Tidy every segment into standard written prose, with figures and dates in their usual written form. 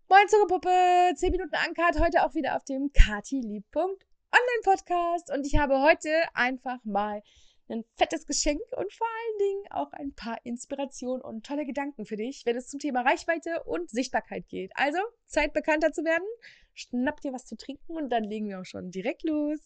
Moin Zuckerpuppe, 10 Minuten Uncut, heute auch wieder auf dem katilieb.online-Podcast und ich habe heute einfach mal ein fettes Geschenk und vor allen Dingen auch ein paar Inspirationen und tolle Gedanken für dich, wenn es zum Thema Reichweite und Sichtbarkeit geht. Also, Zeit bekannter zu werden, schnapp dir was zu trinken und dann legen wir auch schon direkt los.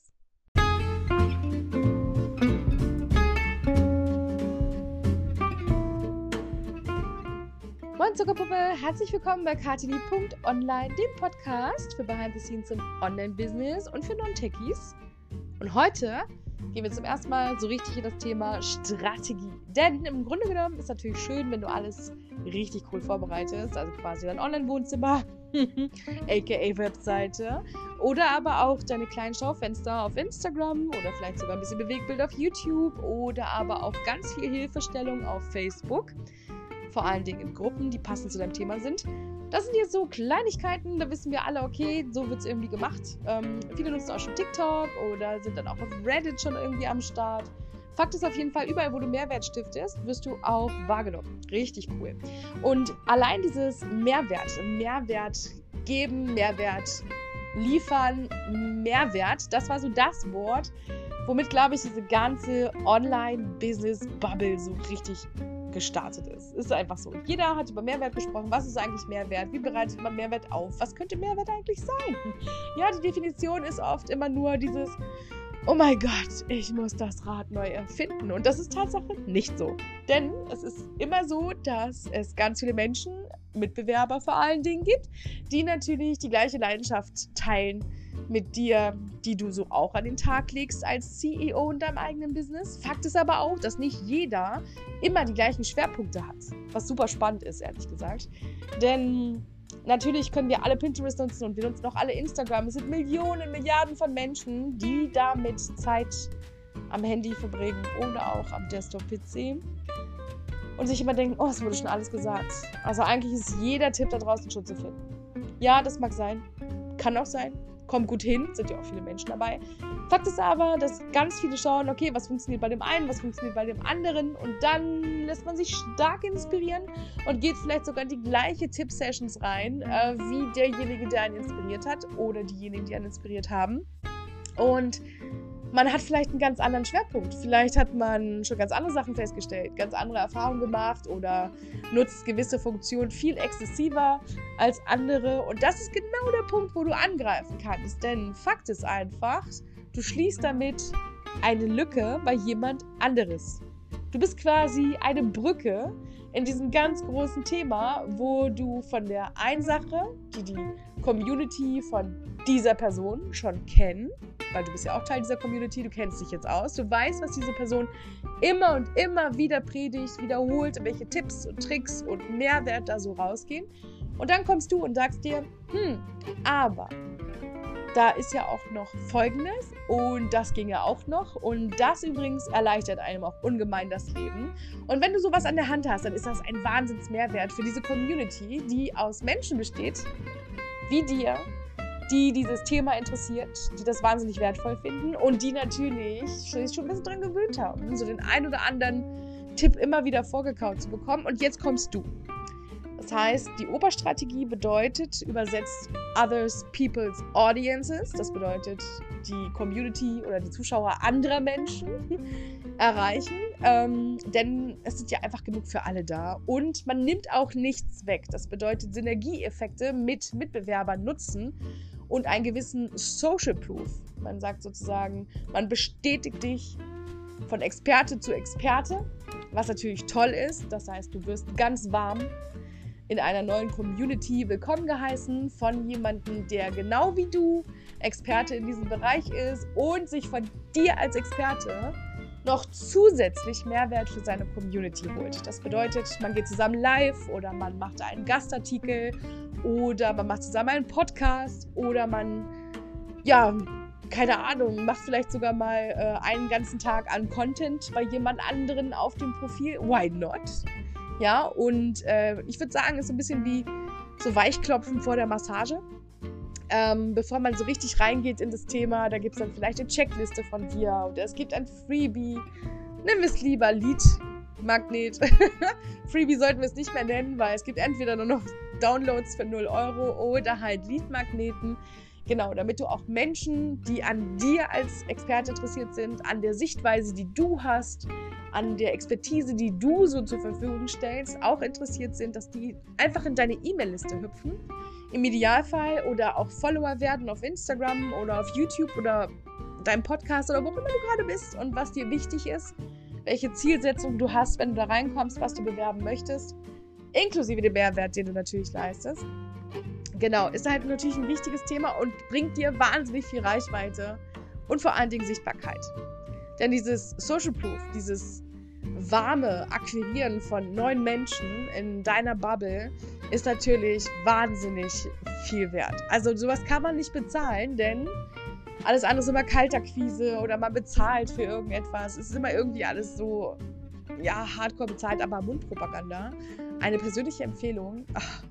Moin Zuckerpuppe, herzlich willkommen bei katilieb.online, dem Podcast für Behind the Scenes im Online-Business und für Non-Techies. Und heute gehen wir zum ersten Mal so richtig in das Thema Strategie. Denn im Grunde genommen ist es natürlich schön, wenn du alles richtig cool vorbereitest, also quasi dein Online-Wohnzimmer, aka Webseite, oder aber auch deine kleinen Schaufenster auf Instagram oder vielleicht sogar ein bisschen Bewegtbild auf YouTube oder aber auch ganz viel Hilfestellung auf Facebook. Vor allen Dingen in Gruppen, die passend zu deinem Thema sind. Das sind jetzt so Kleinigkeiten, da wissen wir alle, okay, so wird es irgendwie gemacht. Viele nutzen auch schon TikTok oder sind dann auch auf Reddit schon irgendwie am Start. Fakt ist auf jeden Fall, überall, wo du Mehrwert stiftest, wirst du auch wahrgenommen. Richtig cool. Und allein dieses Mehrwert geben, Mehrwert liefern, Mehrwert, das war so das Wort, womit, glaube ich, diese ganze Online-Business-Bubble so richtig gestartet ist. Ist einfach so. Jeder hat über Mehrwert gesprochen. Was ist eigentlich Mehrwert? Wie bereitet man Mehrwert auf? Was könnte Mehrwert eigentlich sein? Ja, die Definition ist oft immer nur dieses: Oh mein Gott, ich muss das Rad neu erfinden. Und das ist Tatsache nicht so. Denn es ist immer so, dass es ganz viele Menschen, Mitbewerber vor allen Dingen gibt, die natürlich die gleiche Leidenschaft teilen mit dir, die du so auch an den Tag legst als CEO in deinem eigenen Business. Fakt ist aber auch, dass nicht jeder immer die gleichen Schwerpunkte hat, was super spannend ist, ehrlich gesagt. Denn natürlich können wir alle Pinterest nutzen und wir nutzen auch alle Instagram. Es sind Millionen, Milliarden von Menschen, die damit Zeit am Handy verbringen oder auch am Desktop-PC und sich immer denken, oh, es wurde schon alles gesagt. Also eigentlich ist jeder Tipp da draußen schon zu finden. Ja, das mag sein, kann auch sein. Kommt gut hin, sind ja auch viele Menschen dabei. Fakt ist aber, dass ganz viele schauen, okay, was funktioniert bei dem einen, was funktioniert bei dem anderen und dann lässt man sich stark inspirieren und geht vielleicht sogar in die gleiche Tipp-Sessions rein, wie derjenige, der einen inspiriert hat oder diejenigen, die einen inspiriert haben. Und man hat vielleicht einen ganz anderen Schwerpunkt. Vielleicht hat man schon ganz andere Sachen festgestellt, ganz andere Erfahrungen gemacht oder nutzt gewisse Funktionen viel exzessiver als andere. Und das ist genau der Punkt, wo du angreifen kannst. Denn Fakt ist einfach, du schließt damit eine Lücke bei jemand anderes. Du bist quasi eine Brücke in diesem ganz großen Thema, wo du von der einen Sache, die Community von dieser Person schon kennt, weil du bist ja auch Teil dieser Community, du kennst dich jetzt aus, du weißt, was diese Person immer und immer wieder predigt, wiederholt, welche Tipps und Tricks und Mehrwert da so rausgehen. Und dann kommst du und sagst dir, aber da ist ja auch noch Folgendes und das ging ja auch noch und das übrigens erleichtert einem auch ungemein das Leben. Und wenn du sowas an der Hand hast, dann ist das ein Wahnsinns-Mehrwert für diese Community, die aus Menschen besteht, wie dir, die dieses Thema interessiert, die das wahnsinnig wertvoll finden und die natürlich sich schon ein bisschen dran gewöhnt haben, so den ein oder anderen Tipp immer wieder vorgekaut zu bekommen. Und jetzt kommst du. Das heißt, die Oberstrategie bedeutet, übersetzt others, people's audiences. Das bedeutet, die Community oder die Zuschauer anderer Menschen erreichen. Denn es sind ja einfach genug für alle da. Und man nimmt auch nichts weg. Das bedeutet, Synergieeffekte mit Mitbewerbern nutzen und einen gewissen Social Proof. Man sagt sozusagen, man bestätigt dich von Experte zu Experte, was natürlich toll ist. Das heißt, du wirst ganz warm in einer neuen Community willkommen geheißen von jemandem, der genau wie du Experte in diesem Bereich ist und sich von dir als Experte noch zusätzlich Mehrwert für seine Community holt. Das bedeutet, man geht zusammen live oder man macht einen Gastartikel oder man macht zusammen einen Podcast oder man, ja, keine Ahnung, macht vielleicht sogar mal einen ganzen Tag an Content bei jemand anderen auf dem Profil. Why not? Ja, und ich würde sagen, es ist so ein bisschen wie so Weichklopfen vor der Massage. Bevor man so richtig reingeht in das Thema, da gibt es dann vielleicht eine Checkliste von dir oder es gibt ein Freebie. Nennen wir es lieber Lead Magnet. Freebie sollten wir es nicht mehr nennen, weil es gibt entweder nur noch Downloads für 0 Euro oder halt Leadmagneten. Genau, damit du auch Menschen, die an dir als Experte interessiert sind, an der Sichtweise, die du hast, an der Expertise, die du so zur Verfügung stellst, auch interessiert sind, dass die einfach in deine E-Mail-Liste hüpfen. Im Idealfall oder auch Follower werden auf Instagram oder auf YouTube oder deinem Podcast oder wo immer du gerade bist und was dir wichtig ist, welche Zielsetzung du hast, wenn du da reinkommst, was du bewerben möchtest, inklusive dem Mehrwert, den du natürlich leistest. Genau, ist halt natürlich ein wichtiges Thema und bringt dir wahnsinnig viel Reichweite und vor allen Dingen Sichtbarkeit. Denn dieses Social Proof, dieses warme Akquirieren von neuen Menschen in deiner Bubble ist natürlich wahnsinnig viel wert. Also sowas kann man nicht bezahlen, denn alles andere ist immer Kaltakquise oder man bezahlt für irgendetwas. Es ist immer irgendwie alles so, ja, hardcore bezahlt, aber Mundpropaganda. Eine persönliche Empfehlung,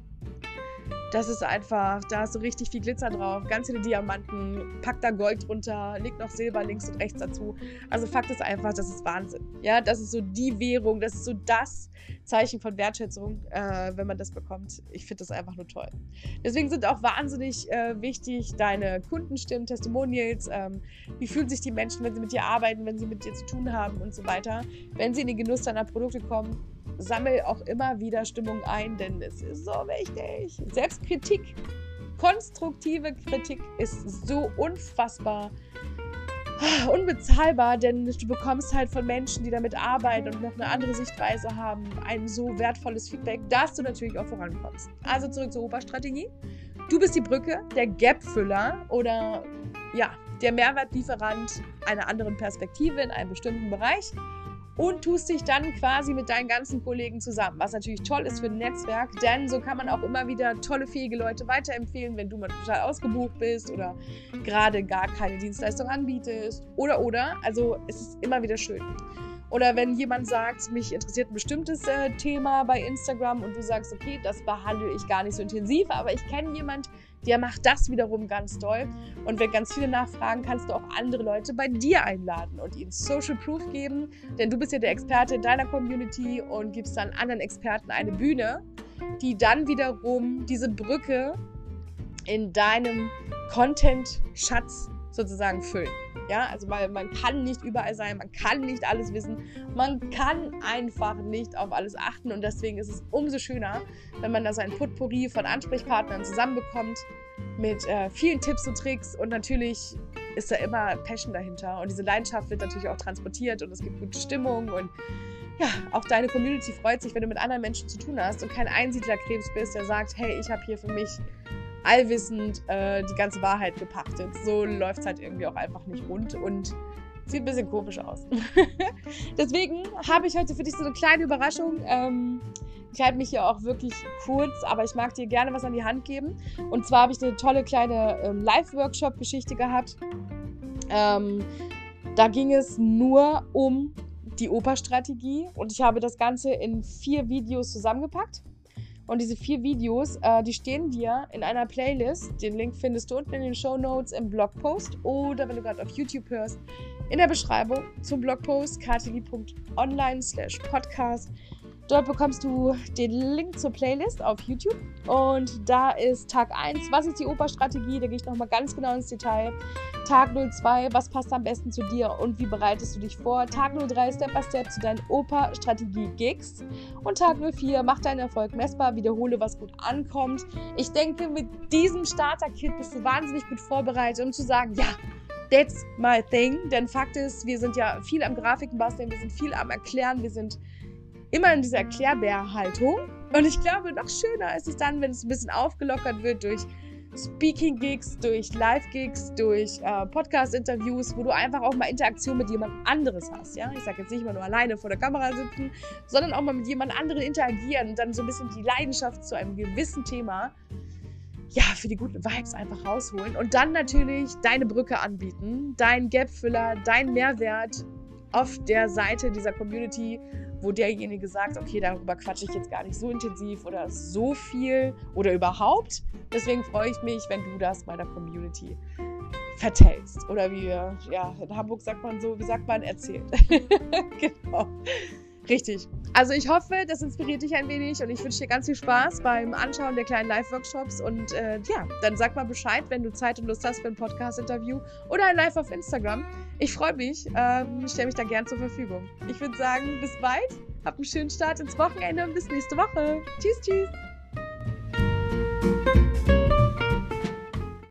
das ist einfach, da hast du richtig viel Glitzer drauf, ganz viele Diamanten, pack da Gold drunter, leg noch Silber links und rechts dazu. Also Fakt ist einfach, das ist Wahnsinn. Ja, das ist so die Währung, das ist so das Zeichen von Wertschätzung, wenn man das bekommt. Ich finde das einfach nur toll. Deswegen sind auch wahnsinnig wichtig deine Kundenstimmen, Testimonials, wie fühlen sich die Menschen, wenn sie mit dir arbeiten, wenn sie mit dir zu tun haben und so weiter. Wenn sie in den Genuss deiner Produkte kommen, sammel auch immer wieder Stimmung ein, denn es ist so wichtig. Selbstkritik, konstruktive Kritik ist so unfassbar unbezahlbar, denn du bekommst halt von Menschen, die damit arbeiten und noch eine andere Sichtweise haben, ein so wertvolles Feedback, dass du natürlich auch vorankommst. Also zurück zur Opa-Strategie. Du bist die Brücke, der Gapfüller oder ja, der Mehrwertlieferant einer anderen Perspektive in einem bestimmten Bereich und tust dich dann quasi mit deinen ganzen Kollegen zusammen, was natürlich toll ist für ein Netzwerk, denn so kann man auch immer wieder tolle, fähige Leute weiterempfehlen, wenn du mal total ausgebucht bist oder gerade gar keine Dienstleistung anbietest oder, also es ist immer wieder schön. Oder wenn jemand sagt, mich interessiert ein bestimmtes Thema bei Instagram und du sagst, okay, das behandle ich gar nicht so intensiv, aber ich kenne jemanden, der macht das wiederum ganz toll. Und wenn ganz viele nachfragen, kannst du auch andere Leute bei dir einladen und ihnen Social Proof geben, denn du bist ja der Experte in deiner Community und gibst dann anderen Experten eine Bühne, die dann wiederum diese Brücke in deinem Content-Schatz sozusagen füllen. Ja, also man kann nicht überall sein, man kann nicht alles wissen, man kann einfach nicht auf alles achten und deswegen ist es umso schöner, wenn man da so ein Potpourri von Ansprechpartnern zusammenbekommt mit vielen Tipps und Tricks und natürlich ist da immer Passion dahinter und diese Leidenschaft wird natürlich auch transportiert und es gibt gute Stimmung und ja, auch deine Community freut sich, wenn du mit anderen Menschen zu tun hast und kein Einsiedlerkrebs bist, der sagt, hey, ich habe hier für mich allwissend die ganze Wahrheit gepachtet. So läuft es halt irgendwie auch einfach nicht rund und sieht ein bisschen komisch aus. Deswegen habe ich heute für dich so eine kleine Überraschung. Ich halte mich hier auch wirklich kurz, aber ich mag dir gerne was an die Hand geben. Und zwar habe ich eine tolle kleine Live-Workshop-Geschichte gehabt. Da ging es nur um die Opa-Strategie und ich habe das Ganze in 4 Videos zusammengepackt. Und diese 4 Videos, die stehen dir in einer Playlist. Den Link findest du unten in den Shownotes im Blogpost oder wenn du gerade auf YouTube hörst, in der Beschreibung zum Blogpost katheli.online/podcast. Dort bekommst du den Link zur Playlist auf YouTube und da ist Tag 1, was ist die Opa-Strategie? Da gehe ich nochmal ganz genau ins Detail. Tag 02, was passt am besten zu dir und wie bereitest du dich vor? Tag 03, Step by Step zu deinen Opa-Strategie-Gigs. Und Tag 04, mach deinen Erfolg messbar, wiederhole, was gut ankommt. Ich denke, mit diesem Starter-Kit bist du wahnsinnig gut vorbereitet, um zu sagen, ja, that's my thing. Denn Fakt ist, wir sind ja viel am Grafiken basteln, wir sind viel am Erklären, wir sind immer in dieser Erklärbär-Haltung. Und ich glaube, noch schöner ist es dann, wenn es ein bisschen aufgelockert wird durch Speaking-Gigs, durch Live-Gigs, durch Podcast-Interviews, wo du einfach auch mal Interaktion mit jemand anderes hast. Ja? Ich sage jetzt nicht mal nur alleine vor der Kamera sitzen, sondern auch mal mit jemand anderem interagieren und dann so ein bisschen die Leidenschaft zu einem gewissen Thema, ja, für die guten Vibes einfach rausholen und dann natürlich deine Brücke anbieten, dein Gapfüller, dein Mehrwert auf der Seite dieser Community, wo derjenige sagt, okay, darüber quatsche ich jetzt gar nicht so intensiv oder so viel oder überhaupt. Deswegen freue ich mich, wenn du das meiner Community vertellst. Oder wie, ja, in Hamburg sagt man so, wie sagt man, erzählt. Genau. Richtig. Also ich hoffe, das inspiriert dich ein wenig und ich wünsche dir ganz viel Spaß beim Anschauen der kleinen Live-Workshops und dann sag mal Bescheid, wenn du Zeit und Lust hast für ein Podcast-Interview oder ein Live auf Instagram. Ich freue mich, stelle mich da gern zur Verfügung. Ich würde sagen, bis bald, hab einen schönen Start ins Wochenende und bis nächste Woche. Tschüss, tschüss.